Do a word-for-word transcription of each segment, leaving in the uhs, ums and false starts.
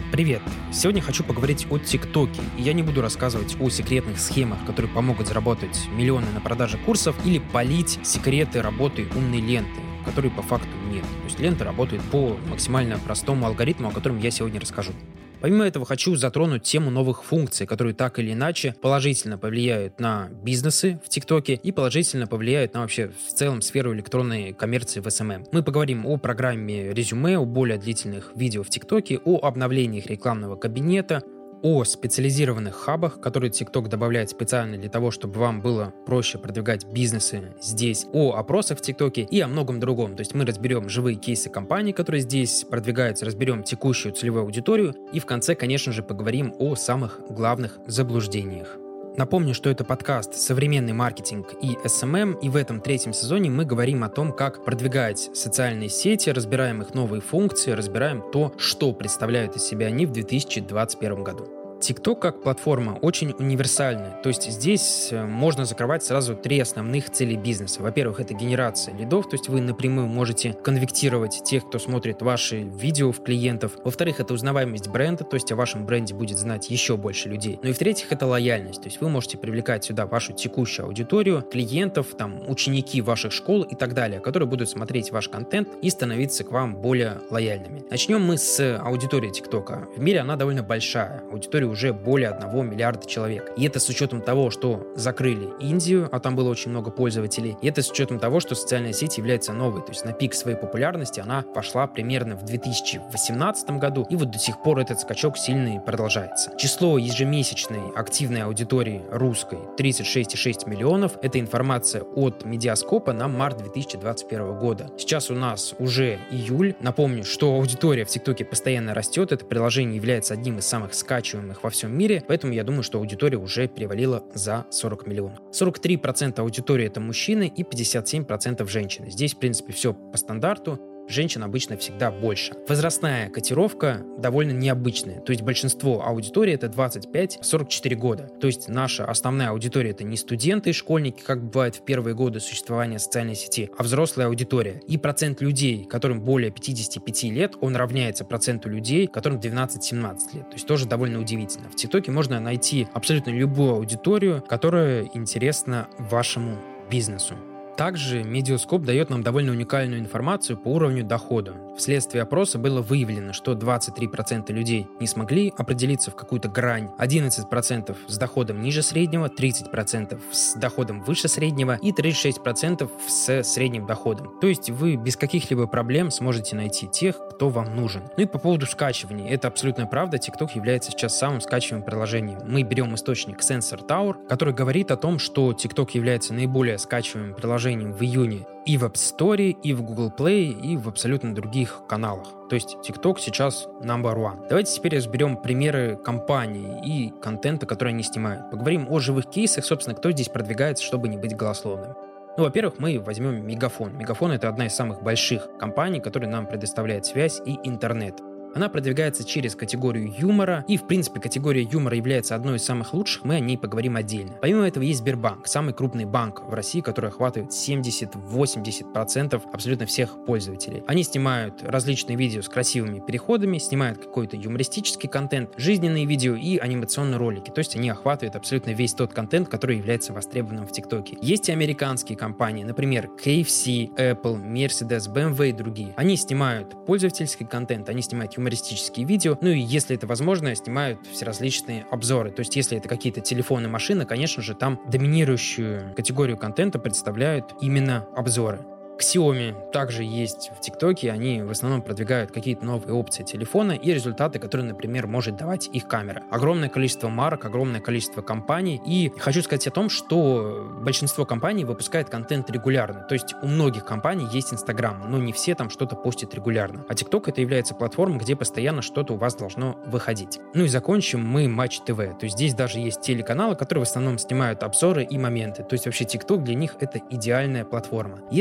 Привет! Сегодня хочу поговорить о ТикТоке, и я не буду рассказывать о секретных схемах, которые помогут заработать миллионы на продаже курсов или палить секреты работы умной ленты, которые по факту нет. То есть лента работает по максимально простому алгоритму, о котором я сегодня расскажу. Помимо этого, хочу затронуть тему новых функций, которые так или иначе положительно повлияют на бизнесы в ТикТоке и положительно повлияют на вообще в целом сферу электронной коммерции в эс эм эм. Мы поговорим о программе резюме, о более длительных видео в ТикТоке, о обновлениях рекламного кабинета, о специализированных хабах, которые TikTok добавляет специально для того, чтобы вам было проще продвигать бизнесы здесь, о опросах в ТикТоке и о многом другом. То есть мы разберем живые кейсы компаний, которые здесь продвигаются, разберем текущую целевую аудиторию и в конце, конечно же, поговорим о самых главных заблуждениях. Напомню, что это подкаст «Современный маркетинг и эс эм эм», и в этом третьем сезоне мы говорим о том, как продвигать социальные сети, разбираем их новые функции, разбираем то, что представляют из себя они в две тысячи двадцать первом году. TikTok как платформа очень универсальная, то есть здесь можно закрывать сразу три основных цели бизнеса. Во-первых, это генерация лидов, то есть вы напрямую можете конвертировать тех, кто смотрит ваши видео в клиентов. Во-вторых, это узнаваемость бренда, то есть о вашем бренде будет знать еще больше людей. Ну и в-третьих, это лояльность, то есть вы можете привлекать сюда вашу текущую аудиторию, клиентов, там, ученики ваших школ и так далее, которые будут смотреть ваш контент и становиться к вам более лояльными. Начнем мы с аудитории TikTok. В мире она довольно большая, аудитория уже более одного миллиарда человек. И это с учетом того, что закрыли Индию, а там было очень много пользователей. И это с учетом того, что социальная сеть является новой. То есть на пик своей популярности она пошла примерно в две тысячи восемнадцатом году, и вот до сих пор этот скачок сильный продолжается. Число ежемесячной активной аудитории русской тридцать шесть целых шесть десятых миллионов. Это информация от Медиаскопа на март две тысячи двадцать первого года. Сейчас у нас уже июль. Напомню, что аудитория в ТикТоке постоянно растет. Это приложение является одним из самых скачиваемых во всем мире, поэтому я думаю, что аудитория уже перевалила за сорок миллионов. сорок три процента аудитории это мужчины и пятьдесят семь процентов женщины. Здесь, в принципе, все по стандарту. Женщин обычно всегда больше. Возрастная котировка довольно необычная. То есть большинство аудитории это двадцать пять сорок четыре года. То есть наша основная аудитория это не студенты и школьники, как бывает в первые годы существования социальной сети, а взрослая аудитория. И процент людей, которым более пятидесяти пяти лет, он равняется проценту людей, которым двенадцать-семнадцать лет. То есть тоже довольно удивительно. В ТикТоке можно найти абсолютно любую аудиторию, которая интересна вашему бизнесу. Также Медиаскоп дает нам довольно уникальную информацию по уровню дохода. Вследствие опроса было выявлено, что двадцать три процента людей не смогли определиться в какую-то грань, одиннадцать процентов с доходом ниже среднего, тридцать процентов с доходом выше среднего и тридцать шесть процентов с средним доходом. То есть вы без каких-либо проблем сможете найти тех, кто вам нужен. Ну и по поводу скачивания. Это абсолютная правда. TikTok является сейчас самым скачиваемым приложением. Мы берем источник Sensor Tower, который говорит о том, что TikTok является наиболее скачиваемым приложением в июне и в App Store, и в Google Play, и в абсолютно других каналах. То есть TikTok сейчас number one. Давайте теперь разберем примеры компаний и контента, который они снимают. Поговорим о живых кейсах, собственно, кто здесь продвигается, чтобы не быть голословным. Ну, во-первых, мы возьмем Мегафон. Мегафон — это одна из самых больших компаний, которая нам предоставляет связь и интернет. Она продвигается через категорию юмора, и, в принципе, категория юмора является одной из самых лучших, мы о ней поговорим отдельно. Помимо этого есть Сбербанк, самый крупный банк в России, который охватывает семьдесят-восемьдесят процентов абсолютно всех пользователей. Они снимают различные видео с красивыми переходами, снимают какой-то юмористический контент, жизненные видео и анимационные ролики, то есть они охватывают абсолютно весь тот контент, который является востребованным в ТикТоке. Есть и американские компании, например, кей эф си, Apple, Mercedes, бэ эм вэ и другие. Они снимают пользовательский контент, они снимают юмористические видео, ну и если это возможно, снимают все различные обзоры. То есть если это какие-то телефоны, машины, конечно же, там доминирующую категорию контента представляют именно обзоры. Xiaomi также есть в ТикТоке, они в основном продвигают какие-то новые опции телефона и результаты, которые, например, может давать их камера. Огромное количество марок, огромное количество компаний, и хочу сказать о том, что большинство компаний выпускает контент регулярно, то есть у многих компаний есть Инстаграм, но не все там что-то постят регулярно, а ТикТок это является платформой, где постоянно что-то у вас должно выходить. Ну и закончим мы Матч ТВ, то есть здесь даже есть телеканалы, которые в основном снимают обзоры и моменты, то есть вообще ТикТок для них это идеальная платформа. Если резюмировать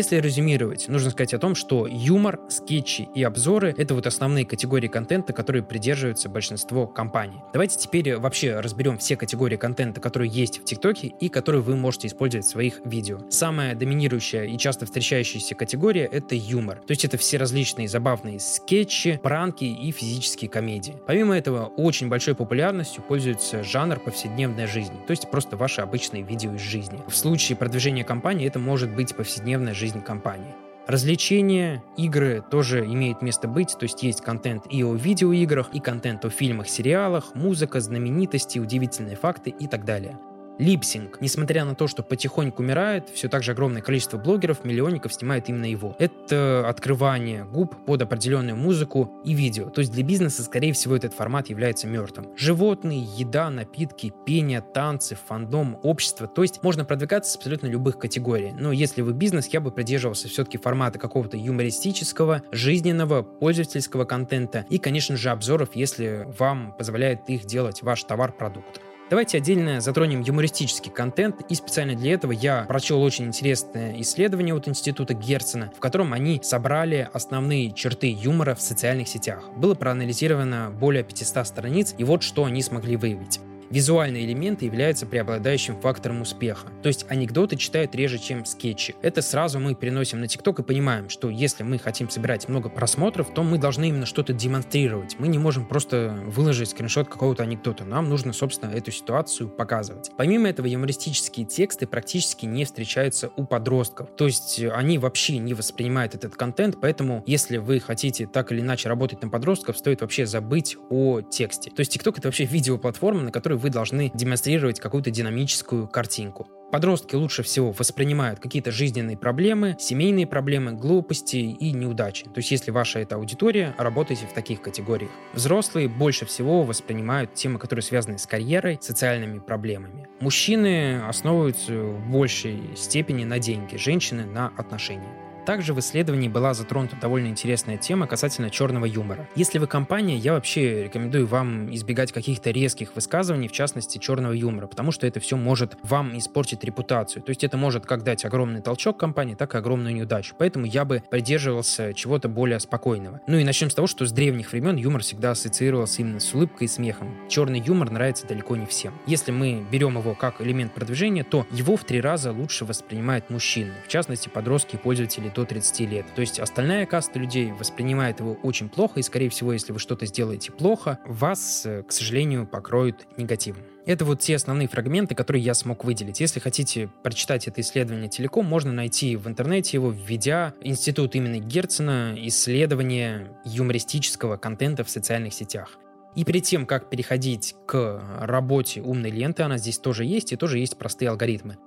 резюмировать, нужно сказать о том, что юмор, скетчи и обзоры — это вот основные категории контента, которые придерживаются большинство компаний. Давайте теперь вообще разберем все категории контента, которые есть в ТикТоке и которые вы можете использовать в своих видео. Самая доминирующая и часто встречающаяся категория — это юмор. То есть это все различные забавные скетчи, пранки и физические комедии. Помимо этого, очень большой популярностью пользуется жанр повседневная жизнь, то есть просто ваши обычные видео из жизни. В случае продвижения компании это может быть повседневная жизнь компании. Развлечения, игры тоже имеют место быть, то есть есть контент и о видеоиграх, и контент о фильмах, сериалах, музыка, знаменитости, удивительные факты и так далее. Липсинг. Несмотря на то, что потихоньку умирает, все так же огромное количество блогеров, миллионников снимает именно его. Это открывание губ под определенную музыку и видео. То есть для бизнеса, скорее всего, этот формат является мертвым. Животные, еда, напитки, пение, танцы, фандом, общество. То есть можно продвигаться с абсолютно любых категорий. Но если вы бизнес, я бы придерживался все-таки формата какого-то юмористического, жизненного, пользовательского контента и, конечно же, обзоров, если вам позволяет их делать ваш товар-продукт. Давайте отдельно затронем юмористический контент, и специально для этого я прочел очень интересное исследование от Института Герцена, в котором они собрали основные черты юмора в социальных сетях. Было проанализировано более пятисот страниц, и вот что они смогли выявить. Визуальные элементы являются преобладающим фактором успеха. То есть анекдоты читают реже, чем скетчи. Это сразу мы переносим на ТикТок и понимаем, что если мы хотим собирать много просмотров, то мы должны именно что-то демонстрировать. Мы не можем просто выложить скриншот какого-то анекдота. Нам нужно, собственно, эту ситуацию показывать. Помимо этого, юмористические тексты практически не встречаются у подростков. То есть они вообще не воспринимают этот контент, поэтому если вы хотите так или иначе работать на подростков, стоит вообще забыть о тексте. То есть ТикТок — это вообще видеоплатформа, на которой вы должны демонстрировать какую-то динамическую картинку. Подростки лучше всего воспринимают какие-то жизненные проблемы, семейные проблемы, глупости и неудачи. То есть если ваша эта аудитория, работайте в таких категориях. Взрослые больше всего воспринимают темы, которые связаны с карьерой, социальными проблемами. Мужчины основываются в большей степени на деньги, женщины — на отношения. Также в исследовании была затронута довольно интересная тема касательно черного юмора. Если вы компания, я вообще рекомендую вам избегать каких-то резких высказываний, в частности черного юмора, потому что это все может вам испортить репутацию. То есть это может как дать огромный толчок компании, так и огромную неудачу. Поэтому я бы придерживался чего-то более спокойного. Ну и начнем с того, что с древних времен юмор всегда ассоциировался именно с улыбкой и смехом. Черный юмор нравится далеко не всем. Если мы берем его как элемент продвижения, то его в три раза лучше воспринимают мужчины, в частности подростки и пользователи до тридцати лет. То есть остальная каста людей воспринимает его очень плохо, и, скорее всего, если вы что-то сделаете плохо, вас, к сожалению, покроют негативом. Это вот те основные фрагменты, которые я смог выделить. Если хотите прочитать это исследование целиком, можно найти в интернете его, введя Институт имени Герцена исследование юмористического контента в социальных сетях. И перед тем, как переходить к работе умной ленты, она здесь тоже есть, и тоже есть простые алгоритмы.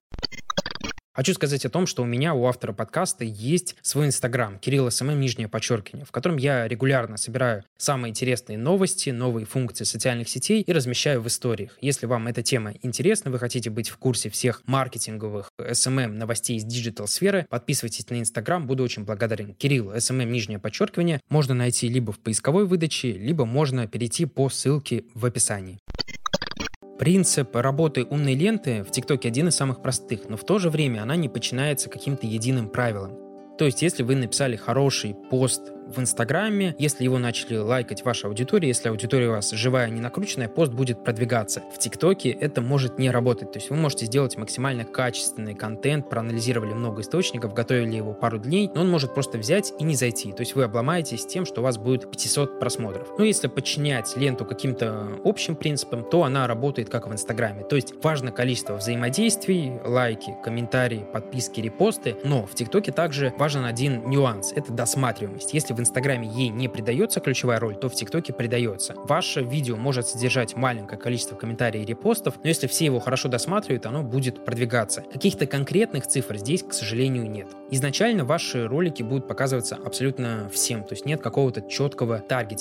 Хочу сказать о том, что у меня, у автора подкаста, есть свой инстаграм, Кирилл СММ, нижнее подчеркивание, в котором я регулярно собираю самые интересные новости, новые функции социальных сетей и размещаю в историях. Если вам эта тема интересна, вы хотите быть в курсе всех маркетинговых эс эм эм новостей из диджитал-сферы, подписывайтесь на инстаграм, буду очень благодарен. Кирилл СММ, нижнее подчеркивание, можно найти либо в поисковой выдаче, либо можно перейти по ссылке в описании. Принцип работы умной ленты в ТикТоке один из самых простых, но в то же время она не подчиняется каким-то единым правилам. То есть, если вы написали хороший пост в Инстаграме, если его начали лайкать ваша аудитория, если аудитория у вас живая, не накрученная, пост будет продвигаться. В ТикТоке это может не работать. То есть вы можете сделать максимально качественный контент, проанализировали много источников, готовили его пару дней, но он может просто взять и не зайти. То есть вы обломаетесь тем, что у вас будет пятьсот просмотров. Но если подчинять ленту каким-то общим принципам, то она работает как в Инстаграме. То есть важно количество взаимодействий, лайки, комментарии, подписки, репосты, но в ТикТоке также важен один нюанс — это досматриваемость. Если в Инстаграме ей не придается ключевая роль, то в ТикТоке придается. Ваше видео может содержать маленькое количество комментариев и репостов, но если все его хорошо досматривают, оно будет продвигаться. Каких-то конкретных цифр здесь, к сожалению, нет. Изначально ваши ролики будут показываться абсолютно всем, то есть нет какого-то четкого таргетинга.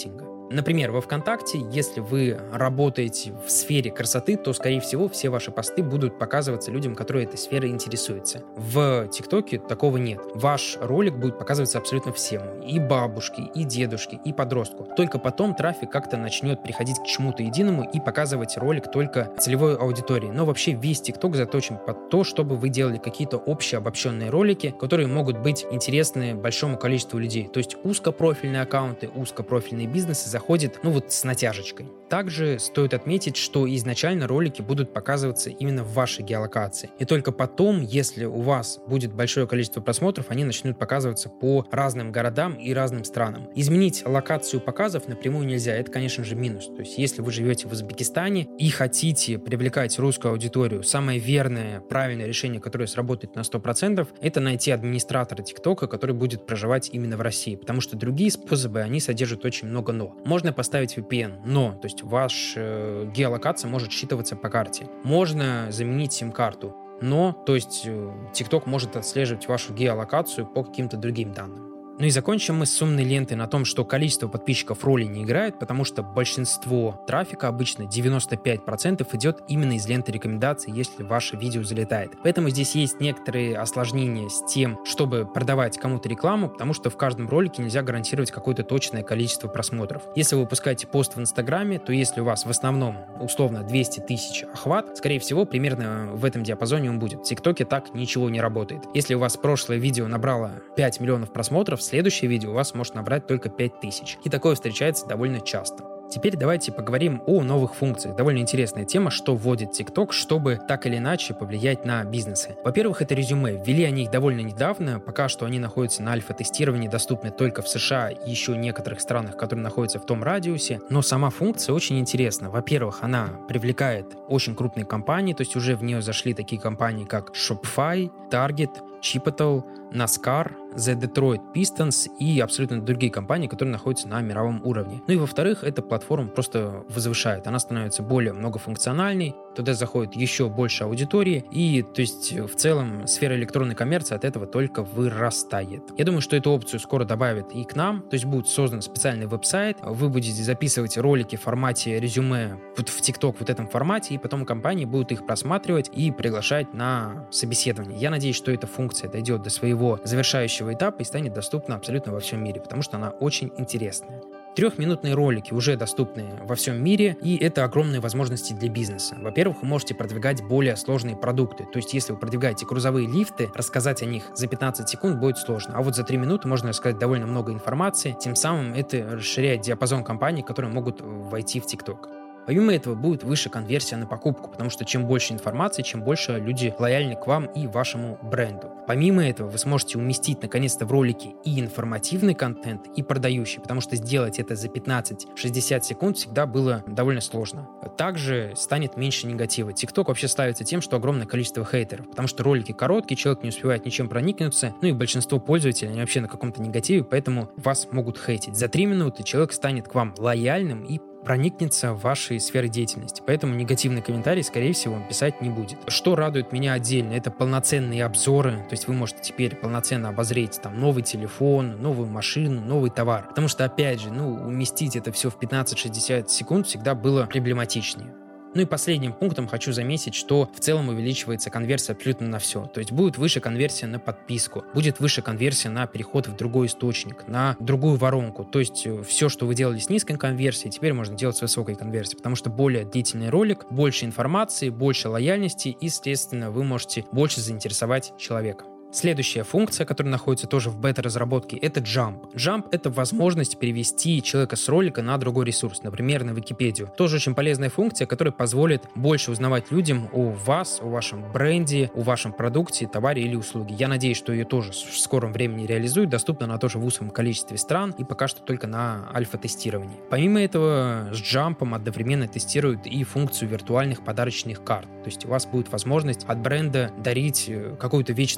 Например, во ВКонтакте, если вы работаете в сфере красоты, то, скорее всего, все ваши посты будут показываться людям, которые этой сферой интересуются. В ТикТоке такого нет. Ваш ролик будет показываться абсолютно всем. И бабушке, и дедушке, и подростку. Только потом трафик как-то начнет приходить к чему-то единому и показывать ролик только целевой аудитории. Но вообще весь ТикТок заточен под то, чтобы вы делали какие-то общие обобщенные ролики, которые могут быть интересны большому количеству людей. То есть узкопрофильные аккаунты, узкопрофильные бизнесы заходят, ну вот с натяжечкой. Также стоит отметить, что изначально ролики будут показываться именно в вашей геолокации. И только потом, если у вас будет большое количество просмотров, они начнут показываться по разным городам и разным странам. Изменить локацию показов напрямую нельзя, это, конечно же, минус. То есть, если вы живете в Узбекистане и хотите привлекать русскую аудиторию, самое верное, правильное решение, которое сработает на сто процентов, это найти администратора ТикТока, который будет проживать именно в России, потому что другие способы, они содержат очень много «но». Можно поставить ви пи эн, но, то есть ваша э, геолокация может считываться по карте. Можно заменить сим-карту, но, то есть TikTok может отслеживать вашу геолокацию по каким-то другим данным. Ну и закончим мы с умной лентой на том, что количество подписчиков роли не играет, потому что большинство трафика, обычно девяносто пять процентов, идет именно из ленты рекомендаций, если ваше видео залетает. Поэтому здесь есть некоторые осложнения с тем, чтобы продавать кому-то рекламу, потому что в каждом ролике нельзя гарантировать какое-то точное количество просмотров. Если вы выпускаете пост в Инстаграме, то если у вас в основном условно двести тысяч охват, скорее всего, примерно в этом диапазоне он будет. В ТикТоке так ничего не работает. Если у вас прошлое видео набрало пять миллионов просмотров, следующее видео у вас может набрать только пять тысяч. И такое встречается довольно часто. Теперь давайте поговорим о новых функциях. Довольно интересная тема, что вводит TikTok, чтобы так или иначе повлиять на бизнесы. Во-первых, это резюме. Ввели они их довольно недавно. Пока что они находятся на альфа-тестировании, доступны только в США и еще некоторых странах, которые находятся в том радиусе. Но сама функция очень интересна. Во-первых, она привлекает очень крупные компании, то есть уже в нее зашли такие компании, как Shopify, Target, Chipotle, NASCAR, The Detroit Pistons и абсолютно другие компании, которые находятся на мировом уровне. Ну и во-вторых, эта платформа просто возвышает. Она становится более многофункциональной, туда заходит еще больше аудитории, и то есть в целом сфера электронной коммерции от этого только вырастает. Я думаю, что эту опцию скоро добавят и к нам, то есть будет создан специальный веб-сайт, вы будете записывать ролики в формате резюме вот в TikTok в вот этом формате, и потом компании будут их просматривать и приглашать на собеседование. Я надеюсь, что эта функция дойдет до своего завершающего этапа и станет доступна абсолютно во всем мире, потому что она очень интересная. Трехминутные ролики уже доступны во всем мире, и это огромные возможности для бизнеса. Во-первых, вы можете продвигать более сложные продукты. То есть, если вы продвигаете грузовые лифты, рассказать о них за пятнадцать секунд будет сложно. А вот за три минуты можно рассказать довольно много информации. Тем самым это расширяет диапазон компаний, которые могут войти в TikTok. Помимо этого будет выше конверсия на покупку, потому что чем больше информации, чем больше люди лояльны к вам и вашему бренду. Помимо этого вы сможете уместить наконец-то в ролике и информативный контент, и продающий, потому что сделать это за пятнадцать-шестьдесят секунд всегда было довольно сложно. Также станет меньше негатива. TikTok вообще ставится тем, что огромное количество хейтеров, потому что ролики короткие, человек не успевает ничем проникнуться, ну и большинство пользователей они вообще на каком-то негативе, поэтому вас могут хейтить. За три минуты человек станет к вам лояльным и проникнется в вашей сфере деятельности. Поэтому негативный комментарий, скорее всего, он писать не будет. Что радует меня отдельно, это полноценные обзоры. То есть вы можете теперь полноценно обозреть там новый телефон, новую машину, новый товар. Потому что, опять же, ну, уместить это все в пятнадцать-шестьдесят секунд всегда было проблематичнее. Ну и последним пунктом хочу заметить, что в целом увеличивается конверсия абсолютно на все. То есть будет выше конверсия на подписку, будет выше конверсия на переход в другой источник, на другую воронку. То есть все, что вы делали с низкой конверсией, теперь можно делать с высокой конверсией, потому что более длительный ролик, больше информации, больше лояльности и, естественно, вы можете больше заинтересовать человека. Следующая функция, которая находится тоже в бета-разработке, это Jump. Jump — это возможность перевести человека с ролика на другой ресурс, например, на Википедию. Тоже очень полезная функция, которая позволит больше узнавать людям о вас, о вашем бренде, о вашем продукте, товаре или услуге. Я надеюсь, что ее тоже в скором времени реализуют. Доступна она тоже в узком количестве стран и пока что только на альфа-тестировании. Помимо этого, с Jump одновременно тестируют и функцию виртуальных подарочных карт. То есть у вас будет возможность от бренда дарить какую-то вечно зеленую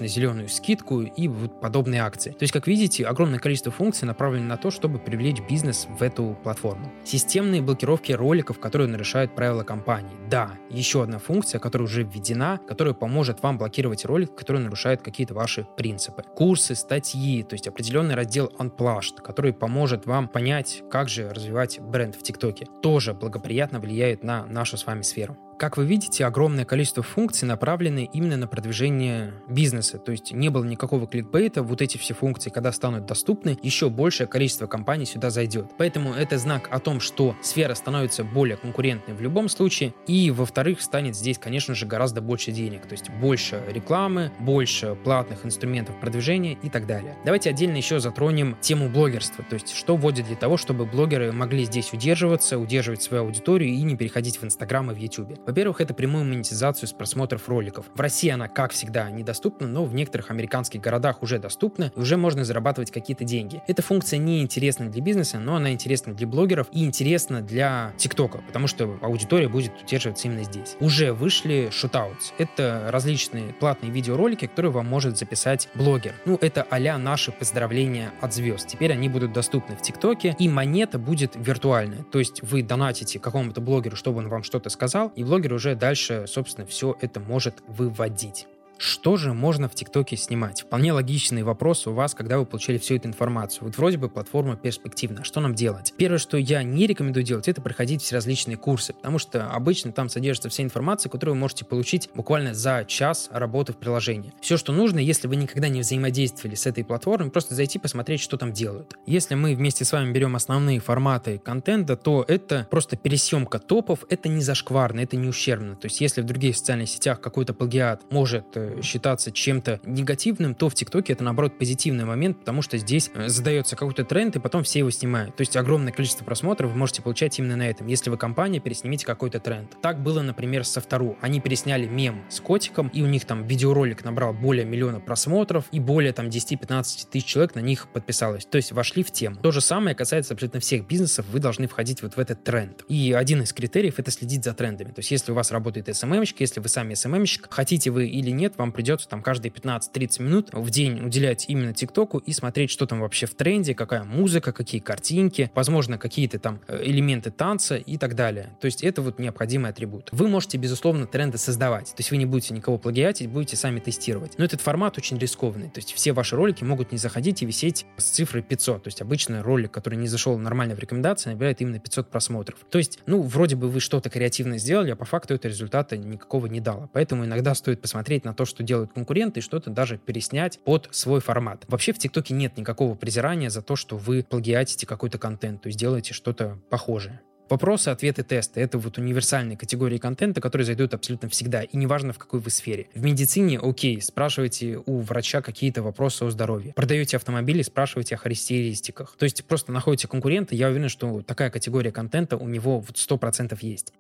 определенную скидку и вот подобные акции. То есть, как видите, огромное количество функций направлено на то, чтобы привлечь бизнес в эту платформу. Системные блокировки роликов, которые нарушают правила компании. Да, еще одна функция, которая уже введена, которая поможет вам блокировать ролик, который нарушает какие-то ваши принципы. Курсы, статьи, то есть определенный раздел Unplugged, который поможет вам понять, как же развивать бренд в ТикТоке. Тоже благоприятно влияет на нашу с вами сферу. Как вы видите, огромное количество функций направлены именно на продвижение бизнеса. То есть не было никакого кликбейта. Вот эти все функции, когда станут доступны, еще большее количество компаний сюда зайдет. Поэтому это знак о том, что сфера становится более конкурентной в любом случае. И, во-вторых, станет здесь, конечно же, гораздо больше денег. То есть больше рекламы, больше платных инструментов продвижения и так далее. Давайте отдельно еще затронем тему блогерства. То есть что вводит для того, чтобы блогеры могли здесь удерживаться, удерживать свою аудиторию и не переходить в Инстаграм и в Ютубе. Во-первых, это прямую монетизацию с просмотров роликов. В России она, как всегда, недоступна, но в некоторых американских городах уже доступна, и уже можно зарабатывать какие-то деньги. Эта функция не интересна для бизнеса, но она интересна для блогеров и интересна для ТикТока, потому что аудитория будет удерживаться именно здесь. Уже вышли шутаутс. Это различные платные видеоролики, которые вам может записать блогер. Ну, это а-ля наши поздравления от звезд. Теперь они будут доступны в ТикТоке, и монета будет виртуальная. То есть вы донатите какому-то блогеру, чтобы он вам что-то сказал, и блогер уже дальше, собственно, все это может выводить. Что же можно в ТикТоке снимать? Вполне логичный вопрос у вас, когда вы получили всю эту информацию. Вот вроде бы платформа перспективна. Что нам делать? Первое, что я не рекомендую делать, это проходить все различные курсы, потому что обычно там содержится вся информация, которую вы можете получить буквально за час работы в приложении. Все, что нужно, если вы никогда не взаимодействовали с этой платформой, просто зайти посмотреть, что там делают. Если мы вместе с вами берем основные форматы контента, то это просто пересъемка топов, это не зашкварно, это не ущербно. То есть если в других социальных сетях какой-то плагиат может считаться чем-то негативным, то в ТикТоке это, наоборот, позитивный момент, потому что здесь задается какой-то тренд, и потом все его снимают. То есть огромное количество просмотров вы можете получать именно на этом, если вы компания, переснимите какой-то тренд. Так было, например, со Втору. Они пересняли мем с котиком, и у них там видеоролик набрал более миллиона просмотров, и более там десять-пятнадцать тысяч человек на них подписалось. То есть вошли в тему. То же самое касается абсолютно всех бизнесов, вы должны входить вот в этот тренд. И один из критериев — это следить за трендами. То есть если у вас работает эс эм эм-щик, если вы сами эс эм эм-щик, хотите вы или нет, вам придется там каждые пятнадцать-тридцать минут в день уделять именно ТикТоку и смотреть, что там вообще в тренде, какая музыка, какие картинки, возможно, какие-то там элементы танца и так далее. То есть это вот необходимый атрибут. Вы можете, безусловно, тренды создавать. То есть вы не будете никого плагиатить, будете сами тестировать. Но этот формат очень рискованный. То есть все ваши ролики могут не заходить и висеть с цифрой пятьсот. То есть обычно ролик, который не зашел нормально в рекомендации, набирает именно пятьсот просмотров. То есть, ну, вроде бы вы что-то креативно сделали, а по факту это результата никакого не дало. Поэтому иногда стоит посмотреть на то, что делают конкуренты, и что-то даже переснять под свой формат. Вообще в ТикТоке нет никакого презирания за то, что вы плагиатите какой-то контент, то есть делаете что-то похожее. Вопросы, ответы, тесты — это вот универсальные категории контента, которые зайдут абсолютно всегда, и неважно, в какой вы сфере. В медицине — окей, спрашивайте у врача какие-то вопросы о здоровье. Продаете автомобили — спрашивайте о характеристиках. То есть просто находите конкурента, я уверен, что такая категория контента у него вот сто процентов есть.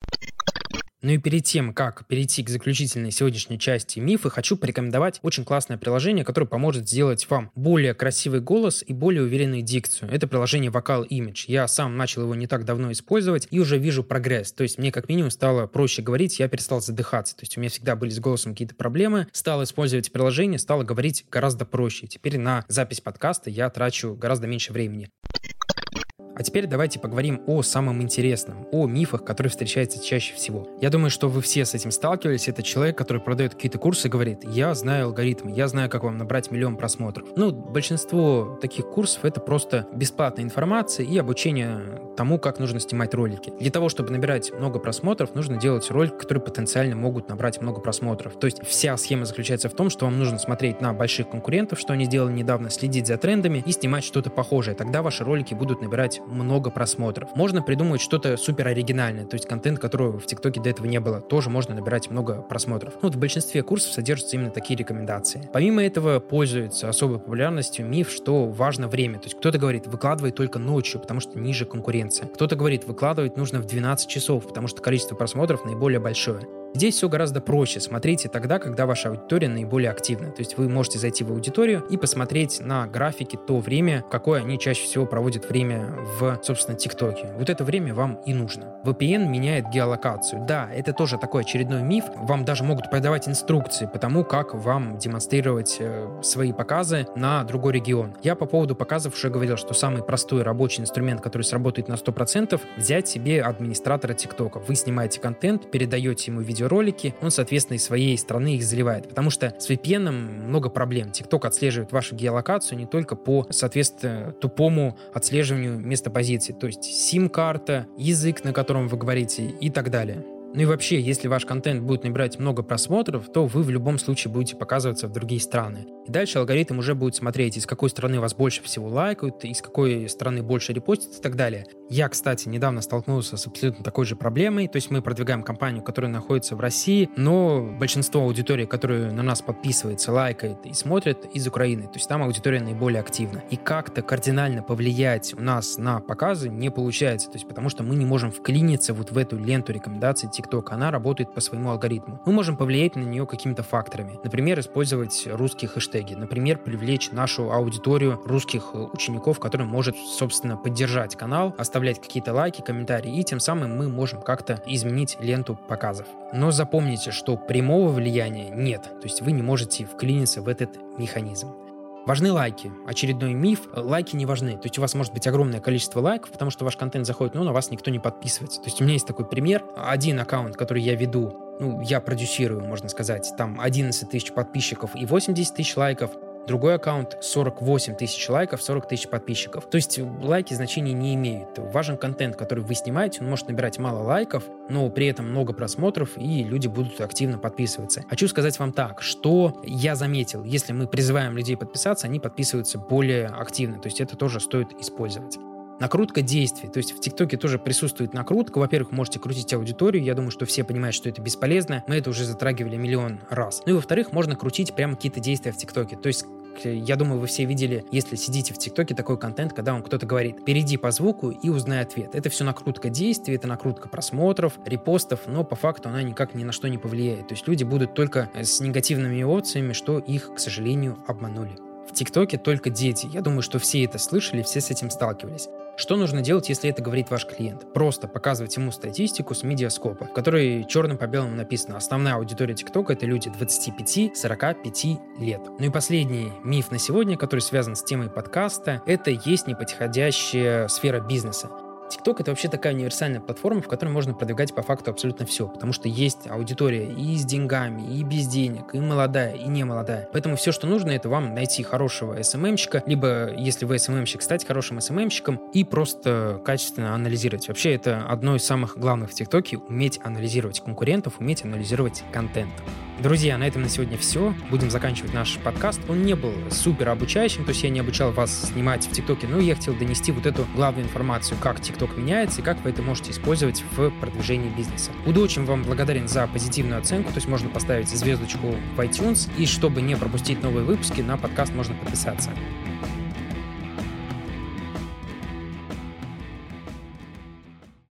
Ну и перед тем, как перейти к заключительной сегодняшней части мифы, хочу порекомендовать очень классное приложение, которое поможет сделать вам более красивый голос и более уверенную дикцию. Это приложение Vocal Image. Я сам начал его не так давно использовать и уже вижу прогресс. То есть мне как минимум стало проще говорить, я перестал задыхаться. То есть у меня всегда были с голосом какие-то проблемы. Стал использовать приложение, стало говорить гораздо проще. Теперь на запись подкаста я трачу гораздо меньше времени. А теперь давайте поговорим о самом интересном, о мифах, которые встречаются чаще всего. Я думаю, что вы все с этим сталкивались. Это человек, который продает какие-то курсы и говорит: я знаю алгоритмы, я знаю, как вам набрать миллион просмотров. Ну, большинство таких курсов — это просто бесплатная информация и обучение тому, как нужно снимать ролики. Для того, чтобы набирать много просмотров, нужно делать ролики, которые потенциально могут набрать много просмотров. То есть вся схема заключается в том, что вам нужно смотреть на больших конкурентов, что они сделали недавно, следить за трендами и снимать что-то похожее. Тогда ваши ролики будут набирать много просмотров. Можно придумать что-то супер оригинальное, то есть контент, которого в ТикТоке до этого не было, тоже можно набирать много просмотров. Ну, вот в большинстве курсов содержатся именно такие рекомендации. Помимо этого, пользуется особой популярностью миф, что важно время. То есть кто-то говорит: выкладывай только ночью, потому что ниже конкуренция. Кто-то говорит: выкладывать нужно в двенадцать часов, потому что количество просмотров наиболее большое. Здесь все гораздо проще. Смотрите тогда, когда ваша аудитория наиболее активна. То есть вы можете зайти в аудиторию и посмотреть на графике то время, какое они чаще всего проводят время в, собственно, ТикТоке. Вот это время вам и нужно. ви пи эн меняет геолокацию. Да, это тоже такой очередной миф. Вам даже могут продавать инструкции по тому, как вам демонстрировать э, свои показы на другой регион. Я по поводу показов уже говорил, что самый простой рабочий инструмент, который сработает на сто процентов, взять себе администратора ТикТока. Вы снимаете контент, передаете ему видеоролики, он, соответственно, из своей страны их заливает. Потому что с ви пи эн много проблем. TikTok отслеживает вашу геолокацию не только по, соответственно, тупому отслеживанию места позиции, то есть сим-карта, язык, на котором вы говорите и так далее. Ну и вообще, если ваш контент будет набирать много просмотров, то вы в любом случае будете показываться в другие страны. И дальше алгоритм уже будет смотреть, из какой страны вас больше всего лайкают, из какой страны больше репостят и так далее. Я, кстати, недавно столкнулся с абсолютно такой же проблемой. То есть мы продвигаем компанию, которая находится в России, но большинство аудитории, которая на нас подписывается, лайкает и смотрит, из Украины. То есть там аудитория наиболее активна. И как-то кардинально повлиять у нас на показы не получается. То есть потому что мы не можем вклиниться вот в эту ленту рекомендаций TikTok. Она работает по своему алгоритму. Мы можем повлиять на нее какими-то факторами. Например, использовать русские хэштеги. Например, привлечь нашу аудиторию русских учеников, которая может, собственно, поддержать канал, оставлять какие-то лайки, комментарии, и тем самым мы можем как-то изменить ленту показов. Но запомните, что прямого влияния нет. То есть вы не можете вклиниться в этот механизм. Важны лайки. Очередной миф. Лайки не важны. То есть у вас может быть огромное количество лайков, потому что ваш контент заходит, но на вас никто не подписывается. То есть у меня есть такой пример. Один аккаунт, который я веду, ну, я продюсирую, можно сказать, там одиннадцать тысяч подписчиков и восемьдесят тысяч лайков. Другой аккаунт сорок восемь тысяч лайков, сорок тысяч подписчиков. То есть лайки значения не имеют. Важен контент, который вы снимаете, он может набирать мало лайков, но при этом много просмотров, и люди будут активно подписываться. Хочу сказать вам так, что я заметил, если мы призываем людей подписаться, они подписываются более активно. То есть это тоже стоит использовать. Накрутка действий. То есть в ТикТоке тоже присутствует накрутка. Во-первых, можете крутить аудиторию. Я думаю, что все понимают, что это бесполезно. Мы это уже затрагивали миллион раз. Ну и во-вторых, можно крутить прямо какие-то действия в ТикТоке. То есть я думаю, вы все видели, если сидите в ТикТоке, такой контент, когда вам кто-то говорит: перейди по звуку и узнай ответ. Это все накрутка действий, это накрутка просмотров, репостов, но по факту она никак ни на что не повлияет. То есть люди будут только с негативными эмоциями, что их, к сожалению, обманули. В ТикТоке только дети. Я думаю, что все это слышали, все с этим сталкивались. Что нужно делать, если это говорит ваш клиент? Просто показывать ему статистику с медиаскопа, в которой черным по белому написано: основная аудитория ТикТока — это люди двадцати пяти - сорока пяти лет. Ну и последний миф на сегодня, который связан с темой подкаста, это есть неподходящая сфера бизнеса. TikTok — это вообще такая универсальная платформа, в которой можно продвигать по факту абсолютно все, потому что есть аудитория и с деньгами, и без денег, и молодая, и не молодая. Поэтому все, что нужно, это вам найти хорошего эс эм эм-щика, либо, если вы эс эм эм-щик, стать хорошим эс эм эм-щиком и просто качественно анализировать. Вообще, это одно из самых главных в ТикТоке — уметь анализировать конкурентов, уметь анализировать контент. Друзья, на этом на сегодня все. Будем заканчивать наш подкаст. Он не был супер обучающим, то есть я не обучал вас снимать в ТикТоке, но я хотел донести вот эту главную информацию, как ТикТок меняется и как вы это можете использовать в продвижении бизнеса. Буду очень вам благодарен за позитивную оценку, то есть можно поставить звездочку в iTunes, и чтобы не пропустить новые выпуски, на подкаст можно подписаться.